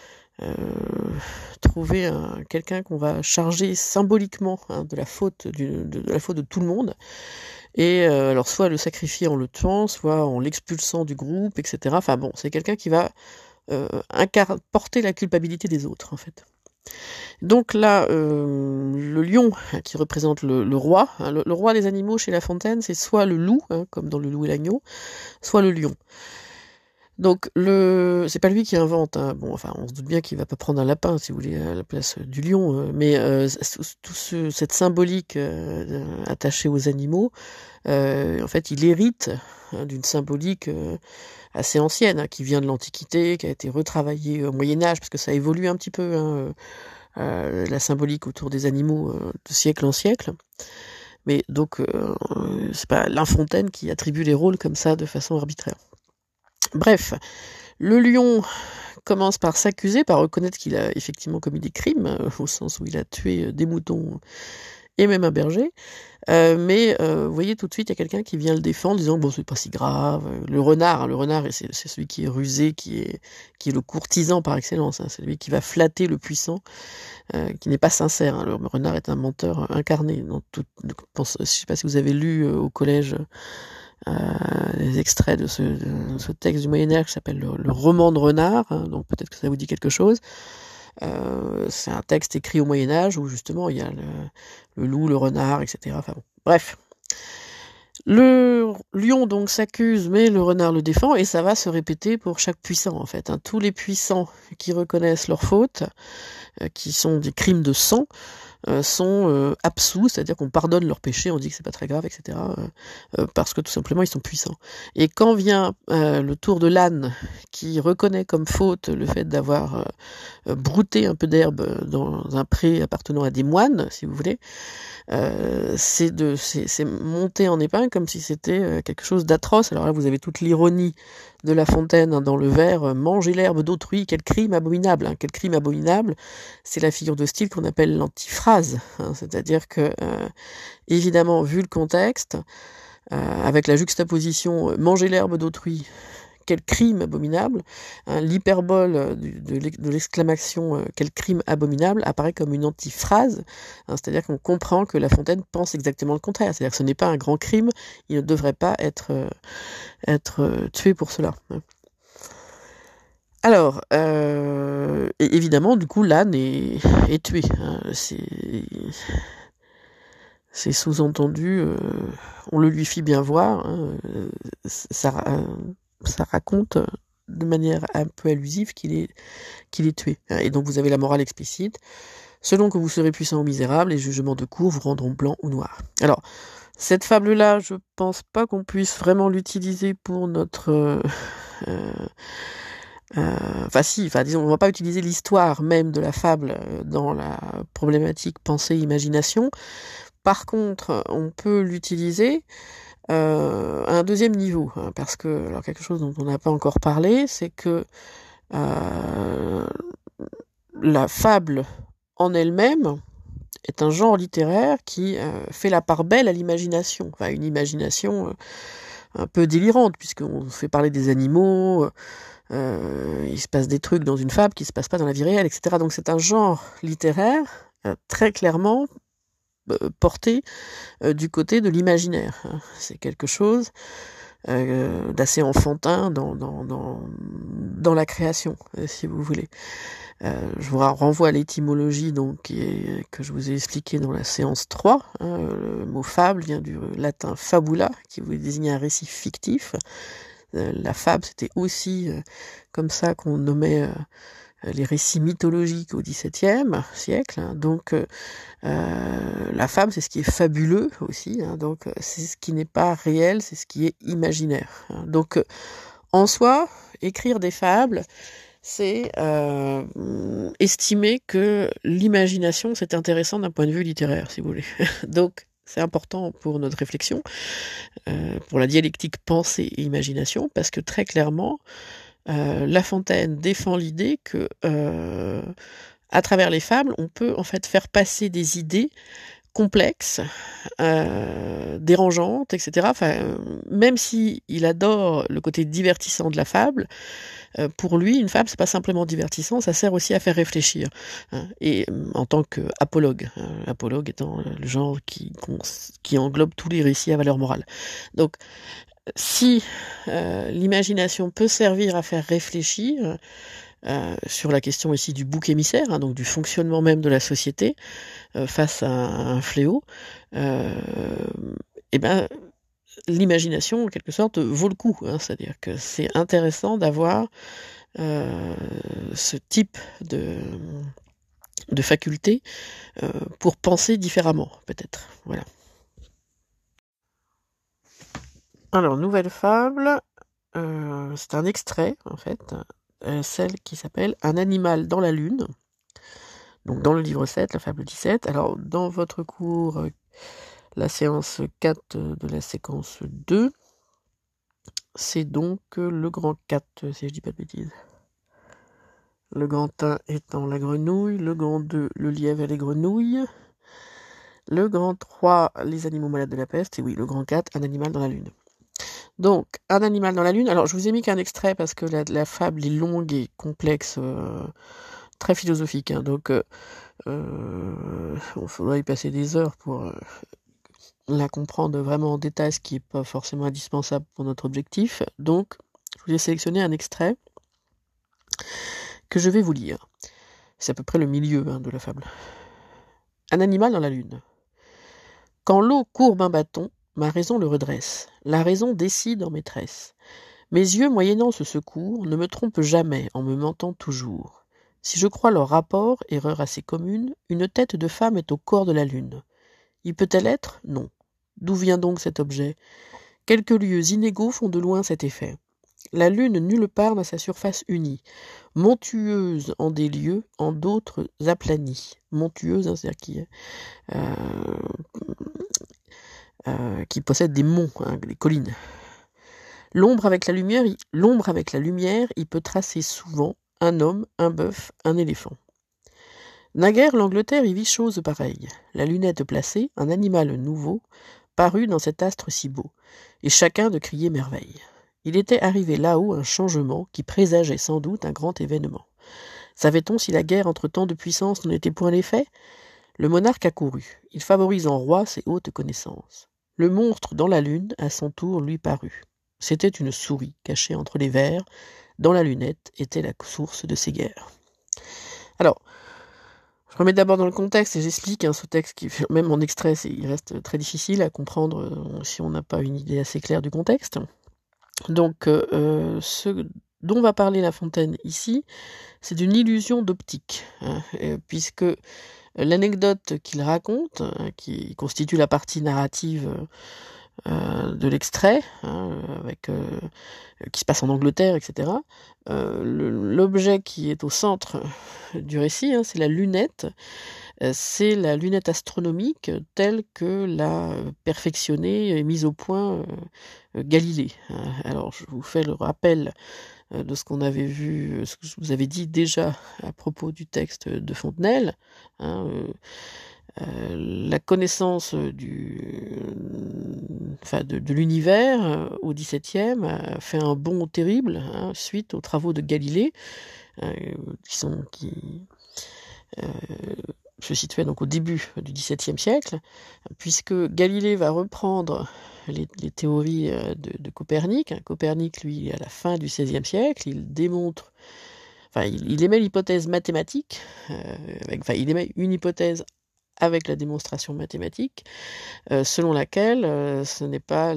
trouver quelqu'un qu'on va charger symboliquement de la faute de la faute de tout le monde, et alors soit le sacrifier en le tuant, soit en l'expulsant du groupe, etc. Enfin bon, c'est quelqu'un qui va porter la culpabilité des autres en fait. Donc là, le lion qui représente le roi, le roi des animaux chez La Fontaine, c'est soit le loup, comme dans Le Loup et l'agneau, soit le lion. Donc c'est pas lui qui invente, hein. Bon, enfin, on se doute bien qu'il va pas prendre un lapin, si vous voulez, à la place du lion, mais cette symbolique attachée aux animaux, en fait, il hérite d'une symbolique assez ancienne, hein, qui vient de l'Antiquité, qui a été retravaillée au Moyen-Âge, parce que ça évolue un petit peu, hein, la symbolique autour des animaux de siècle en siècle. Mais donc, c'est pas La Fontaine qui attribue les rôles comme ça de façon arbitraire. Bref, le lion commence par s'accuser, par reconnaître qu'il a effectivement commis des crimes, au sens où il a tué des moutons et même un berger. Mais vous voyez, tout de suite, il y a quelqu'un qui vient le défendre, disant bon, c'est pas si grave. Le renard, c'est celui qui est rusé, qui est le courtisan par excellence, hein. C'est lui qui va flatter le puissant, qui n'est pas sincère, hein. Le renard est un menteur incarné. Je sais pas si vous avez lu au collège les extraits de ce texte du Moyen-Âge qui s'appelle le roman de renard, hein, donc peut-être que ça vous dit quelque chose. C'est un texte écrit au Moyen-Âge où justement il y a le loup, le renard, etc. Enfin bon, bref. Le lion donc s'accuse, mais le renard le défend, et ça va se répéter pour chaque puissant en fait, hein. Tous les puissants qui reconnaissent leurs fautes, qui sont des crimes de sang, sont absous, c'est-à-dire qu'on pardonne leurs péchés, on dit que c'est pas très grave, etc. Parce que tout simplement ils sont puissants. Et quand vient le tour de l'âne, qui reconnaît comme faute le fait d'avoir brouté un peu d'herbe dans un pré appartenant à des moines, si vous voulez, c'est monté en épingle comme si c'était quelque chose d'atroce. Alors là, vous avez toute l'ironie de La Fontaine, hein, dans le vers manger l'herbe d'autrui, quel crime abominable, hein, quel crime abominable. C'est la figure de style qu'on appelle l'antiphrase, hein, c'est-à-dire que évidemment, vu le contexte, avec la juxtaposition manger l'herbe d'autrui, quel crime abominable, hein, l'hyperbole de l'exclamation quel crime abominable apparaît comme une antiphrase, hein, c'est-à-dire qu'on comprend que La Fontaine pense exactement le contraire, c'est-à-dire que ce n'est pas un grand crime, il ne devrait pas être tué pour cela. Alors, et évidemment, du coup, l'âne est tué, hein, c'est sous-entendu, on le lui fit bien voir, hein, ça raconte de manière un peu allusive qu'il est tué. Et donc vous avez la morale explicite. Selon que vous serez puissant ou misérable, les jugements de cour vous rendront blanc ou noir. Alors, cette fable-là, je pense pas qu'on puisse vraiment l'utiliser pour notre... disons, on va pas utiliser l'histoire même de la fable dans la problématique pensée-imagination. Par contre, on peut l'utiliser à un deuxième niveau, hein, parce que, alors quelque chose dont on n'a pas encore parlé, c'est que la fable en elle-même est un genre littéraire qui fait la part belle à l'imagination, enfin une imagination un peu délirante, puisqu'on fait parler des animaux, il se passe des trucs dans une fable qui se passent pas dans la vie réelle, etc. Donc c'est un genre littéraire très clairement porté du côté de l'imaginaire. C'est quelque chose d'assez enfantin dans la création, si vous voulez. Je vous renvoie à l'étymologie donc que je vous ai expliqué dans la séance 3. Le mot fable vient du latin fabula, qui voulait désigner un récit fictif. La fable, c'était aussi comme ça qu'on nommait les récits mythologiques au XVIIe siècle, hein. Donc la fable, c'est ce qui est fabuleux aussi, hein. Donc c'est ce qui n'est pas réel, c'est ce qui est imaginaire, hein. Donc en soi, écrire des fables, c'est estimer que l'imagination, c'est intéressant d'un point de vue littéraire, si vous voulez. Donc c'est important pour notre réflexion, pour la dialectique pensée et imagination, parce que très clairement, La Fontaine défend l'idée que à travers les fables, on peut en fait faire passer des idées complexes, dérangeantes, etc. Enfin, même si il adore le côté divertissant de la fable, pour lui, une fable, c'est pas simplement divertissant, ça sert aussi à faire réfléchir, hein. Et en tant qu'apologue, apologue étant le genre qui englobe tous les récits à valeur morale. Donc, si l'imagination peut servir à faire réfléchir sur la question ici du bouc émissaire, hein, donc du fonctionnement même de la société face à un fléau, eh ben l'imagination, en quelque sorte, vaut le coup. C'est-à-dire que c'est intéressant d'avoir ce type de faculté pour penser différemment, peut-être. Voilà. Alors, nouvelle fable, c'est un extrait, en fait, celle qui s'appelle « Un animal dans la lune », donc dans le livre 7, la fable 17. Alors, dans votre cours, la séance 4 de la séquence 2, c'est donc le grand 4, si je dis pas de bêtises. Le grand 1 étant la grenouille, le grand 2, le lièvre et les grenouilles, le grand 3, les animaux malades de la peste, et oui, le grand 4, un animal dans la lune. Donc, un animal dans la lune. Alors, je vous ai mis qu'un extrait parce que la fable est longue et complexe, très philosophique. Donc, il faudrait y passer des heures pour la comprendre vraiment en détail, ce qui n'est pas forcément indispensable pour notre objectif. Donc, je vous ai sélectionné un extrait que je vais vous lire. C'est à peu près le milieu de la fable. Un animal dans la lune. Quand l'eau courbe un bâton, ma raison le redresse. La raison décide en maîtresse. Mes yeux, moyennant ce secours, ne me trompent jamais en me mentant toujours. Si je crois leur rapport, erreur assez commune, une tête de femme est au corps de la lune. Y peut-elle être ? Non. D'où vient donc cet objet ? Quelques lieux inégaux font de loin cet effet. La lune nulle part n'a sa surface unie, montueuse en des lieux, en d'autres aplanie. Montueuse, c'est-à-dire qui possède des monts, des collines. L'ombre avec la lumière, y peut tracer souvent un homme, un bœuf, un éléphant. Naguère, l'Angleterre y vit chose pareille. La lunette placée, un animal nouveau, parut dans cet astre si beau, et chacun de crier merveille. Il était arrivé là-haut un changement qui présageait sans doute un grand événement. Savait-on si la guerre entre tant de puissances n'en était point l'effet ? Le monarque accourut. Il favorise en roi ses hautes connaissances. Le monstre dans la lune, à son tour, lui parut. C'était une souris cachée entre les vers. Dans la lunette était la source de ses guerres. Alors, je remets d'abord dans le contexte et j'explique ce texte qui, même en extrait, il reste très difficile à comprendre si on n'a pas une idée assez claire du contexte. Donc, ce dont va parler La Fontaine ici, c'est d'une illusion d'optique, puisque l'anecdote qu'il raconte, qui constitue la partie narrative de l'extrait, qui se passe en Angleterre, etc. L'objet qui est au centre du récit, c'est la lunette. C'est la lunette astronomique telle que l'a perfectionnée et mise au point Galilée. Alors, je vous fais le rappel de ce qu'on avait vu, ce que je vous avais dit déjà à propos du texte de Fontenelle. La connaissance de l'univers au XVIIe a fait un bond terrible suite aux travaux de Galilée, qui se situaient donc au début du XVIIe siècle, puisque Galilée va reprendre les théories de Copernic. Copernic, lui, à la fin du XVIe siècle, il démontre, il émet l'hypothèse mathématique, il émet une hypothèse avec la démonstration mathématique, selon laquelle ce n'est pas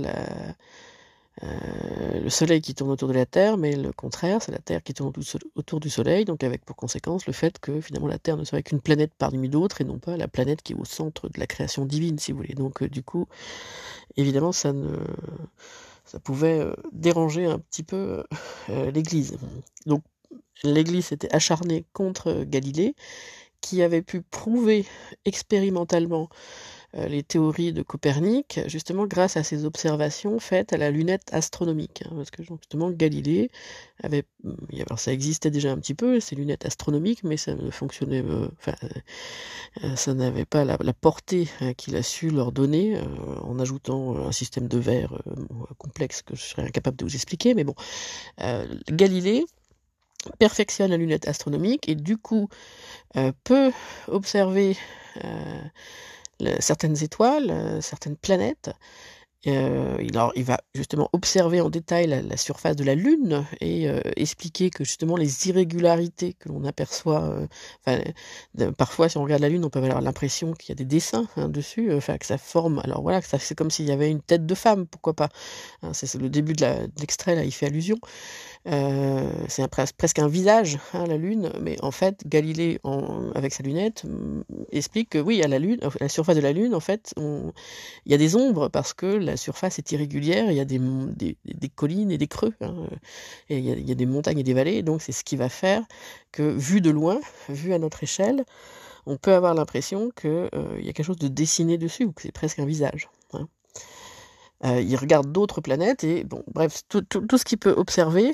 le Soleil qui tourne autour de la Terre, mais le contraire, c'est la Terre qui tourne autour du Soleil, donc avec pour conséquence le fait que finalement la Terre ne serait qu'une planète parmi d'autres et non pas la planète qui est au centre de la création divine, si vous voulez. Donc du coup, évidemment, ça pouvait déranger un petit peu l'Église. Donc l'Église s'était acharnée contre Galilée, qui avait pu prouver expérimentalement les théories de Copernic, justement grâce à ses observations faites à la lunette astronomique. Parce que justement Galilée avait... Alors ça existait déjà un petit peu, ces lunettes astronomiques, mais ça ne fonctionnait... ça n'avait pas la portée qu'il a su leur donner, en ajoutant un système de verre complexe que je serais incapable de vous expliquer. Mais bon, Galilée perfectionne la lunette astronomique et du coup peut observer certaines étoiles, certaines planètes, il va justement observer en détail la surface de la Lune et expliquer que justement les irrégularités que l'on aperçoit, parfois si on regarde la Lune, on peut avoir l'impression qu'il y a des dessins dessus, que ça forme. Alors voilà, que c'est comme s'il y avait une tête de femme, pourquoi pas. C'est le début de l'extrait là, il fait allusion. C'est presque un visage, la Lune, mais en fait, Galilée, avec sa lunette, explique que oui, à la surface de la Lune, en fait, il y a des ombres parce que la surface est irrégulière, il y a des collines et des creux, et il y a des montagnes et des vallées, donc c'est ce qui va faire que, vu de loin, vu à notre échelle, on peut avoir l'impression qu'il y a quelque chose de dessiné dessus, ou que c'est presque un visage. Il regarde d'autres planètes et bon, bref, tout ce qu'il peut observer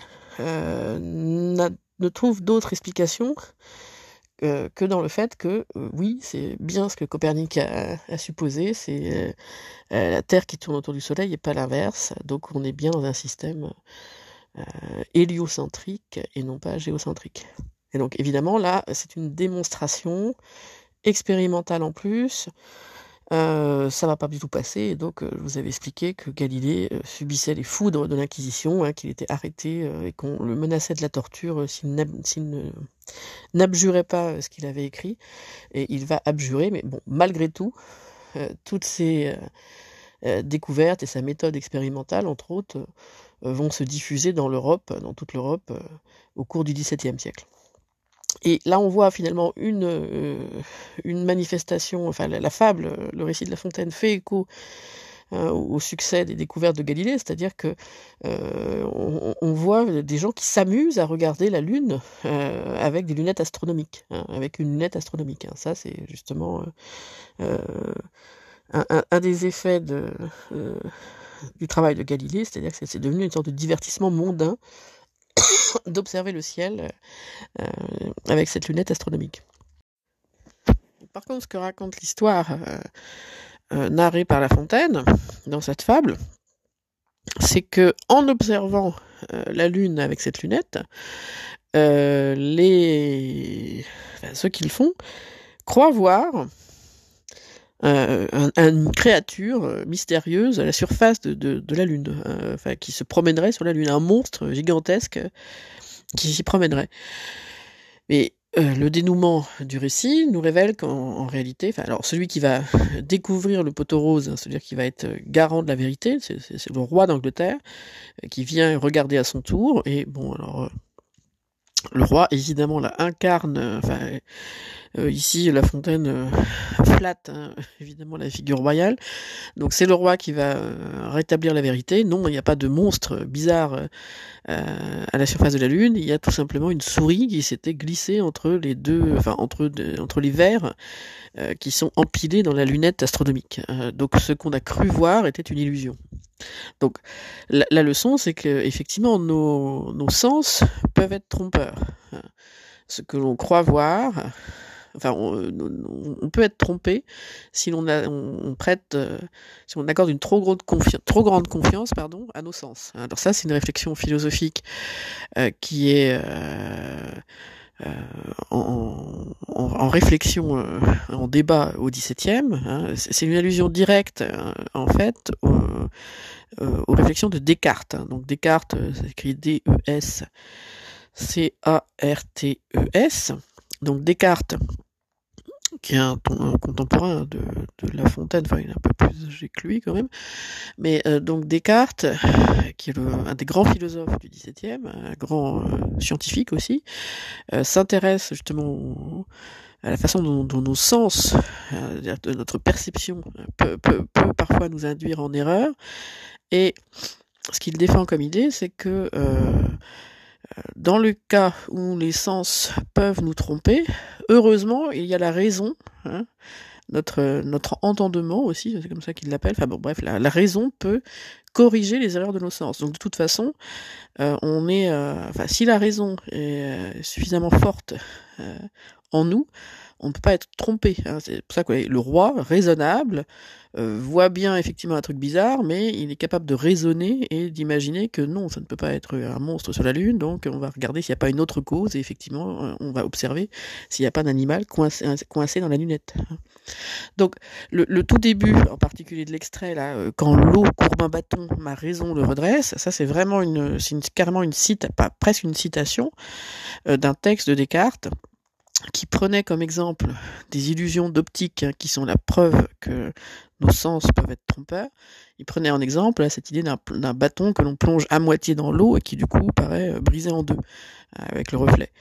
ne trouve d'autre explication que dans le fait que oui, c'est bien ce que Copernic a supposé, c'est la Terre qui tourne autour du Soleil et pas l'inverse, donc on est bien dans un système héliocentrique et non pas géocentrique. Et donc évidemment là, c'est une démonstration expérimentale en plus. Ça va pas du tout passer, et donc je vous avais expliqué que Galilée subissait les foudres de l'Inquisition, qu'il était arrêté et qu'on le menaçait de la torture s'il n'abjurait pas ce qu'il avait écrit, et il va abjurer, mais bon, malgré tout, toutes ces découvertes et sa méthode expérimentale, entre autres, vont se diffuser dans toute l'Europe, au cours du XVIIe siècle. Et là, on voit finalement une manifestation, la fable, le récit de La Fontaine fait écho au succès des découvertes de Galilée, c'est-à-dire que on voit des gens qui s'amusent à regarder la Lune avec des lunettes astronomiques, avec une lunette astronomique. Ça, c'est justement un des effets du travail de Galilée, c'est-à-dire que c'est devenu une sorte de divertissement mondain d'observer le ciel avec cette lunette astronomique. Par contre, ce que raconte l'histoire narrée par La Fontaine dans cette fable, c'est que en observant la Lune avec cette lunette, ceux qui le font croient voir une créature mystérieuse à la surface de la Lune, qui se promènerait sur la Lune, un monstre gigantesque qui s'y promènerait. Mais le dénouement du récit nous révèle qu'en réalité, alors celui qui va découvrir le poteau rose, c'est-à-dire qui va être garant de la vérité, c'est le roi d'Angleterre, qui vient regarder à son tour, et bon, alors le roi, évidemment, là, incarne, ici, La Fontaine flatte, évidemment, la figure royale. Donc c'est le roi qui va rétablir la vérité. Non, il n'y a pas de monstre bizarre à la surface de la Lune. Il y a tout simplement une souris qui s'était glissée entre les entre les verres qui sont empilés dans la lunette astronomique. Donc ce qu'on a cru voir était une illusion. Donc la leçon, c'est que effectivement nos sens peuvent être trompeurs. Ce que l'on croit voir, on peut être trompé si l'on si on accorde une trop grande confiance, à nos sens. Alors ça, c'est une réflexion philosophique qui est en réflexion, en débat au XVIIe. C'est une allusion directe, en fait, aux réflexions de Descartes. Donc Descartes, c'est écrit D-E-S-C-A-R-T-E-S. Donc Descartes, qui est un contemporain de La Fontaine, il est un peu plus âgé que lui quand même, mais donc Descartes, qui est un des grands philosophes du XVIIe, un grand scientifique aussi, s'intéresse justement à la façon dont nos sens, notre perception peut parfois nous induire en erreur, et ce qu'il défend comme idée, c'est que dans le cas où les sens peuvent nous tromper, heureusement, il y a la raison, notre entendement aussi, c'est comme ça qu'il l'appelle, la raison peut corriger les erreurs de nos sens. Donc de toute façon, si la raison est suffisamment forte en nous, on ne peut pas être trompé. Hein. C'est pour ça que le roi, raisonnable, voit bien effectivement un truc bizarre, mais il est capable de raisonner et d'imaginer que non, ça ne peut pas être un monstre sur la Lune, donc on va regarder s'il n'y a pas une autre cause, et effectivement, on va observer s'il n'y a pas d'animal coincé dans la lunette. Donc, le tout début, en particulier de l'extrait, là, quand l'eau courbe un bâton, ma raison le redresse, ça c'est vraiment carrément une presque une citation d'un texte de Descartes, qui prenait comme exemple des illusions d'optique, qui sont la preuve que nos sens peuvent être trompeurs. Il prenait en exemple cette idée d'un bâton que l'on plonge à moitié dans l'eau et qui du coup paraît brisé en deux avec le reflet.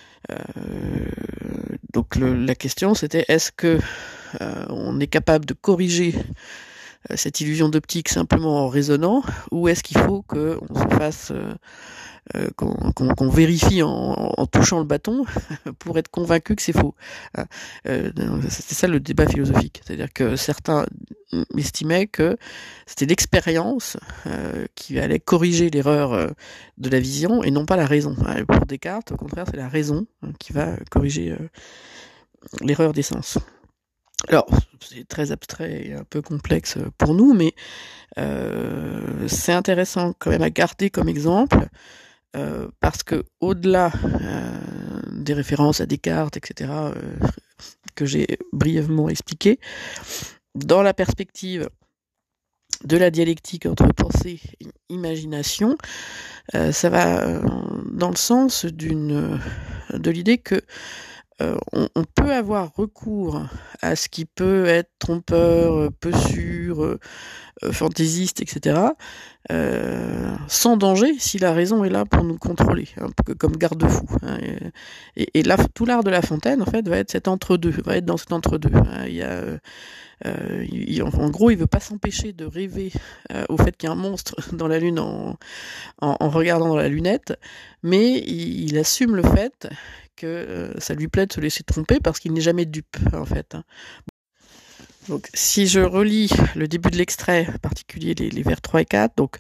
Donc la question c'était, est-ce que on est capable de corriger cette illusion d'optique simplement en raisonnant, ou est-ce qu'il faut qu'on se fasse qu'on vérifie en touchant le bâton pour être convaincu que c'est faux. C'était ça le débat philosophique. C'est-à-dire que certains estimaient que c'était l'expérience qui allait corriger l'erreur de la vision et non pas la raison. Pour Descartes, au contraire, c'est la raison qui va corriger l'erreur des sens. Alors, c'est très abstrait et un peu complexe pour nous, mais c'est intéressant quand même à garder comme exemple, parce que au-delà des références à Descartes, etc., que j'ai brièvement expliqué, dans la perspective de la dialectique entre pensée et imagination, ça va dans le sens de l'idée que on peut avoir recours à ce qui peut être trompeur, peu sûr, fantaisiste, etc., sans danger si la raison est là pour nous contrôler, hein, comme garde-fou. Hein, et là, tout l'art de La Fontaine, en fait, va être cet entre-deux, va être dans cet entre-deux. Hein, en gros, il veut pas s'empêcher de rêver au fait qu'il y a un monstre dans la Lune en regardant dans la lunette, mais il assume le fait que ça lui plaît de se laisser tromper parce qu'il n'est jamais dupe, en fait. Donc, si je relis le début de l'extrait, en particulier les vers 3 et 4, donc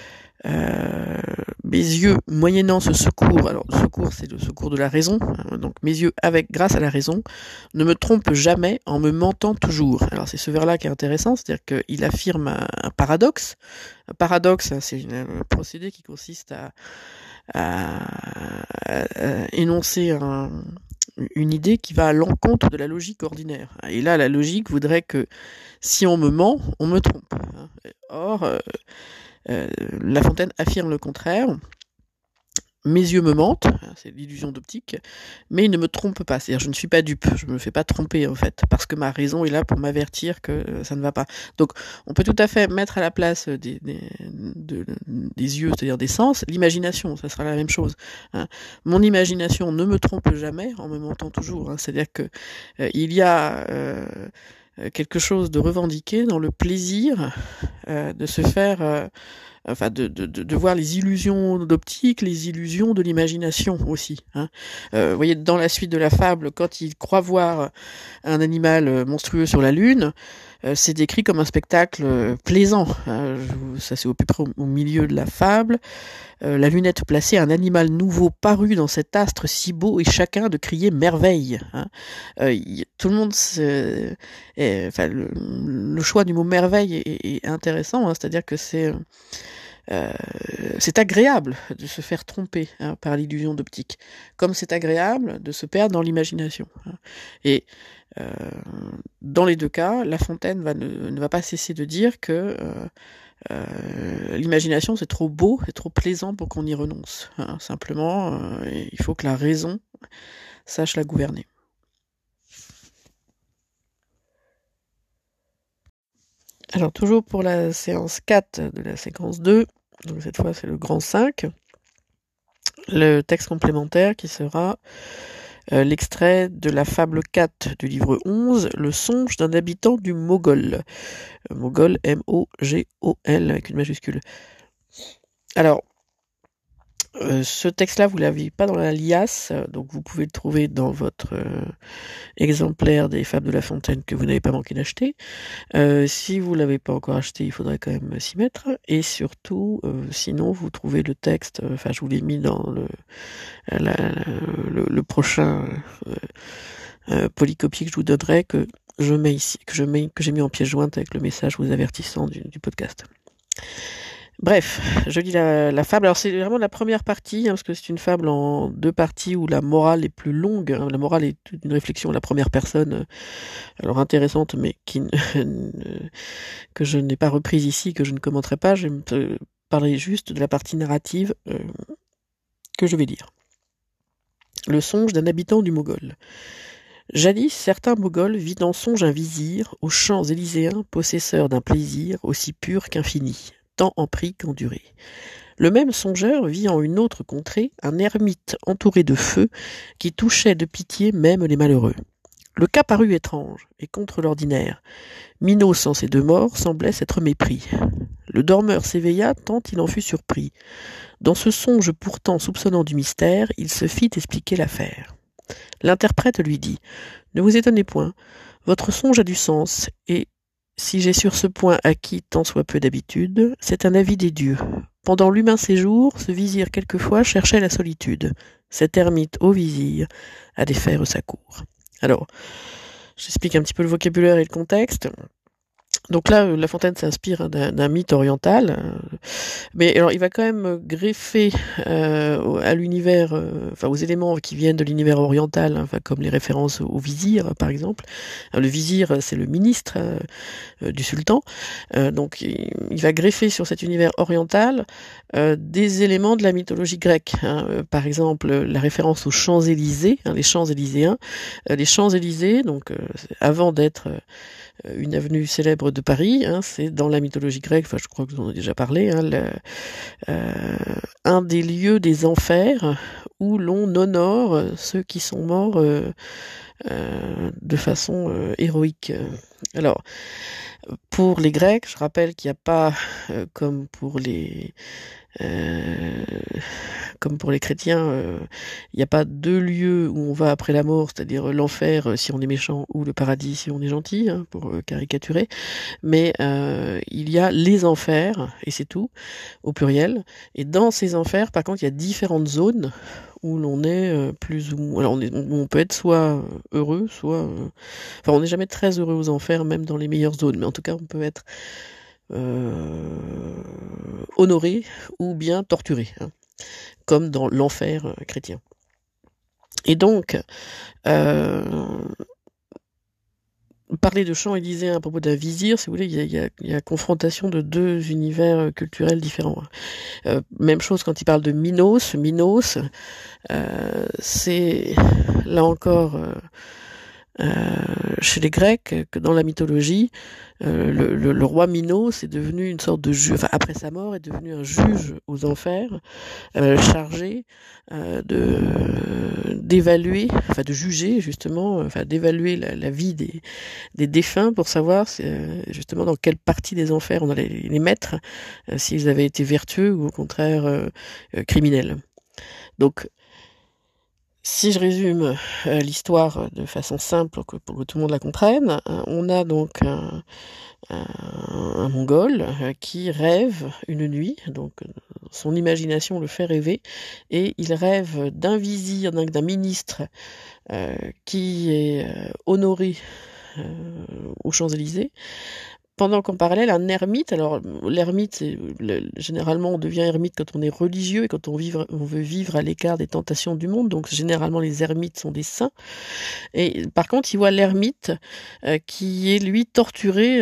mes yeux, moyennant ce secours, alors le secours c'est le secours de la raison, hein, donc mes yeux, grâce à la raison, ne me trompent jamais en me mentant toujours. Alors c'est ce vers-là qui est intéressant, c'est-à-dire qu'il affirme un paradoxe. Un paradoxe, hein, c'est un procédé qui consiste à énoncer une idée qui va à l'encontre de la logique ordinaire. Et là, la logique voudrait que si on me ment, on me trompe. Or, La Fontaine affirme le contraire. Mes yeux me mentent, c'est l'illusion d'optique, mais ils ne me trompent pas. C'est-à-dire, je ne suis pas dupe, je me fais pas tromper en fait, parce que ma raison est là pour m'avertir que ça ne va pas. Donc, on peut tout à fait mettre à la place des yeux, c'est-à-dire des sens, l'imagination, ça sera la même chose. Hein. Mon imagination ne me trompe jamais en me mentant toujours. Hein. C'est-à-dire que il y a quelque chose de revendiqué dans le plaisir de se faire de voir les illusions d'optique, les illusions de l'imagination aussi. Hein. Vous voyez, dans la suite de la fable, quand il croit voir un animal monstrueux sur la Lune, c'est décrit comme un spectacle plaisant. Hein. Ça c'est au plus près au milieu de la fable. La lunette plaçait un animal nouveau paru dans cet astre si beau et chacun de crier merveille. Hein. Tout le monde, le choix du mot merveille est intéressant, hein, c'est-à-dire que c'est agréable de se faire tromper, hein, par l'illusion d'optique, comme c'est agréable de se perdre dans l'imagination. Hein. Et dans les deux cas, La Fontaine ne va pas cesser de dire que l'imagination c'est trop beau, c'est trop plaisant pour qu'on y renonce. Hein. Simplement, il faut que la raison sache la gouverner. Alors toujours pour la séance 4 de la séquence 2, donc cette fois c'est le grand 5, le texte complémentaire qui sera l'extrait de la fable 4 du livre 11, le songe d'un habitant du Mogol. Mogol, M-O-G-O-L, avec une majuscule. Alors, ce texte-là, vous l'avez pas dans la liasse, donc vous pouvez le trouver dans votre exemplaire des Fables de La Fontaine que vous n'avez pas manqué d'acheter. Si vous l'avez pas encore acheté, il faudrait quand même s'y mettre. Et surtout, sinon, vous trouvez le texte, je vous l'ai mis dans le prochain polycopie que je vous donnerai, que je mets ici, que j'ai mis en pièce jointe avec le message vous avertissant du podcast. Bref, je lis la fable. Alors c'est vraiment la première partie, parce que c'est une fable en 2 parties où la morale est plus longue. La morale est une réflexion à la première personne, alors intéressante, mais que je n'ai pas reprise ici, que je ne commenterai pas. Je vais me parler juste de la partie narrative que je vais lire. Le songe d'un habitant du Mogol. Jadis, certain Mogol vit en songe un vizir, aux champs élyséens, possesseur d'un plaisir aussi pur qu'infini, tant en prix qu'en durée. Le même songeur vit en une autre contrée un ermite entouré de feu qui touchait de pitié même les malheureux. Le cas parut étrange et contre l'ordinaire. Minos, en ses 2 morts, semblait s'être mépris. Le dormeur s'éveilla tant il en fut surpris. Dans ce songe pourtant soupçonnant du mystère, il se fit expliquer l'affaire. L'interprète lui dit « Ne vous étonnez point, votre songe a du sens, et si j'ai sur ce point acquis tant soit peu d'habitude, c'est un avis des dieux. Pendant l'humain séjour, ce vizir quelquefois cherchait la solitude. Cet ermite au vizir a défaire sa cour. » Alors, j'explique un petit peu le vocabulaire et le contexte. Donc là, La Fontaine s'inspire d'un mythe oriental, mais alors il va quand même greffer à l'univers, aux éléments qui viennent de l'univers oriental, comme les références au vizir, par exemple. Alors, le vizir, c'est le ministre du sultan, donc il va greffer sur cet univers oriental des éléments de la mythologie grecque. Par exemple, la référence aux Champs-Élysées, les Champs Élyséens. Les Champs-Élysées, donc avant d'être une avenue célèbre de Paris, c'est dans la mythologie grecque, je crois que vous en avez déjà parlé, un des lieux des enfers où l'on honore ceux qui sont morts de façon héroïque. Alors, pour les Grecs, je rappelle qu'il n'y a pas, comme pour les chrétiens, il n'y a pas 2 lieux où on va après la mort, c'est-à-dire l'enfer si on est méchant ou le paradis si on est gentil, pour caricaturer, mais il y a les enfers, et c'est tout, au pluriel, et dans ces enfers, par contre, il y a différentes zones où l'on est plus ou moins... Alors on peut être soit heureux, soit... on n'est jamais très heureux aux enfers, même dans les meilleures zones, mais en tout cas, on peut être honoré ou bien torturé, comme dans l'enfer chrétien. Et donc, parler de Champs Élyséens à propos d'un vizir, si vous voulez, il y a confrontation de 2 univers culturels différents. Même chose quand il parle de Minos. Minos, c'est là encore chez les Grecs que dans la mythologie, le roi Minos est devenu une sorte de juge, après sa mort, est devenu un juge aux enfers, chargé d'évaluer, de juger justement, d'évaluer la vie des défunts pour savoir justement dans quelle partie des enfers on allait les mettre, s'ils avaient été vertueux ou au contraire criminels. Donc, si je résume l'histoire de façon simple pour que tout le monde la comprenne, on a donc un Mongol qui rêve une nuit, donc son imagination le fait rêver, et il rêve d'un vizir, d'un ministre qui est honoré aux Champs-Élysées, pendant qu'en parallèle, un ermite, alors l'ermite, généralement on devient ermite quand on est religieux et quand on veut vivre à l'écart des tentations du monde, donc généralement les ermites sont des saints, et par contre il voit l'ermite qui est lui torturé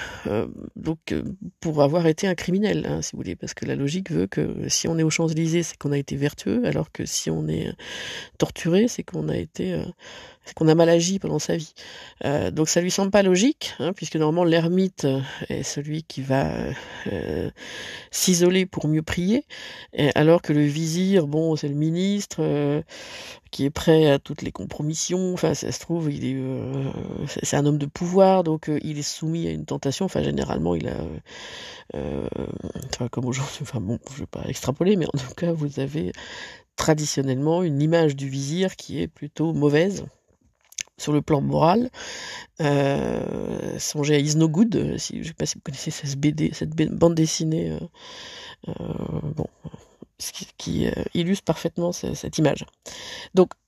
pour avoir été un criminel, si vous voulez, parce que la logique veut que si on est aux Champs-Élysées, c'est qu'on a été vertueux, alors que si on est torturé, c'est qu'on a mal agi pendant sa vie. Donc ça lui semble pas logique, puisque normalement l'ermite est celui qui va s'isoler pour mieux prier, alors que le vizir, c'est le ministre qui est prêt à toutes les compromissions. Ça se trouve, c'est un homme de pouvoir, donc il est soumis à une tentation. Généralement, il a, comme aujourd'hui, je vais pas extrapoler, mais en tout cas, vous avez traditionnellement une image du vizir qui est plutôt mauvaise sur le plan moral. Songez à Is No Good, je ne sais pas si vous connaissez cette bande dessinée, qui illustre parfaitement cette image. Donc,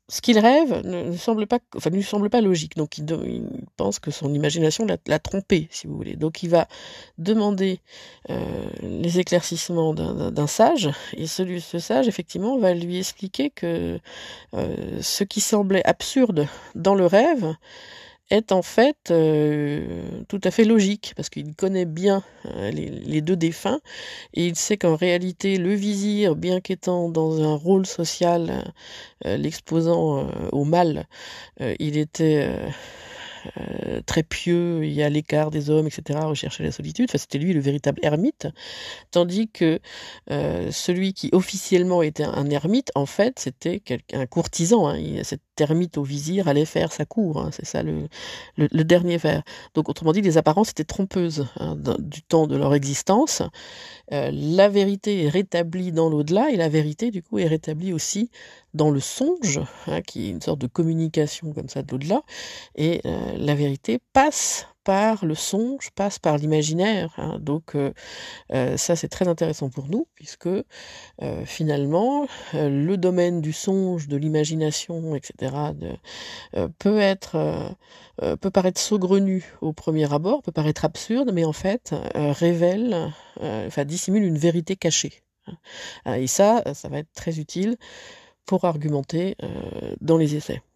ce qu'il rêve ne semble pas, enfin, ne lui semble pas logique. Donc, il pense que son imagination l'a trompé, si vous voulez. Donc, il va demander les éclaircissements d'un sage, et ce sage, effectivement, va lui expliquer que ce qui semblait absurde dans le rêve est en fait tout à fait logique, parce qu'il connaît bien les deux défunts, et il sait qu'en réalité, le vizir, bien qu'étant dans un rôle social, l'exposant au mal, il était très pieux et à l'écart des hommes, etc., recherchait la solitude. Enfin, c'était lui le véritable ermite, tandis que celui qui officiellement était un ermite, en fait, c'était un courtisan. Cet ermite au vizir allait faire sa cour. C'est ça le dernier vers. Donc, autrement dit, les apparences étaient trompeuses du temps de leur existence. La vérité est rétablie dans l'au-delà, et la vérité, du coup, est rétablie aussi dans le songe, qui est une sorte de communication comme ça de l'au-delà. Et la vérité passe par le songe, passe par l'imaginaire. Donc, ça, c'est très intéressant pour nous, puisque finalement, le domaine du songe, de l'imagination, etc., peut paraître saugrenu au premier abord, peut paraître absurde, mais en fait révèle, dissimule une vérité cachée. Et ça va être très utile pour argumenter dans les essais.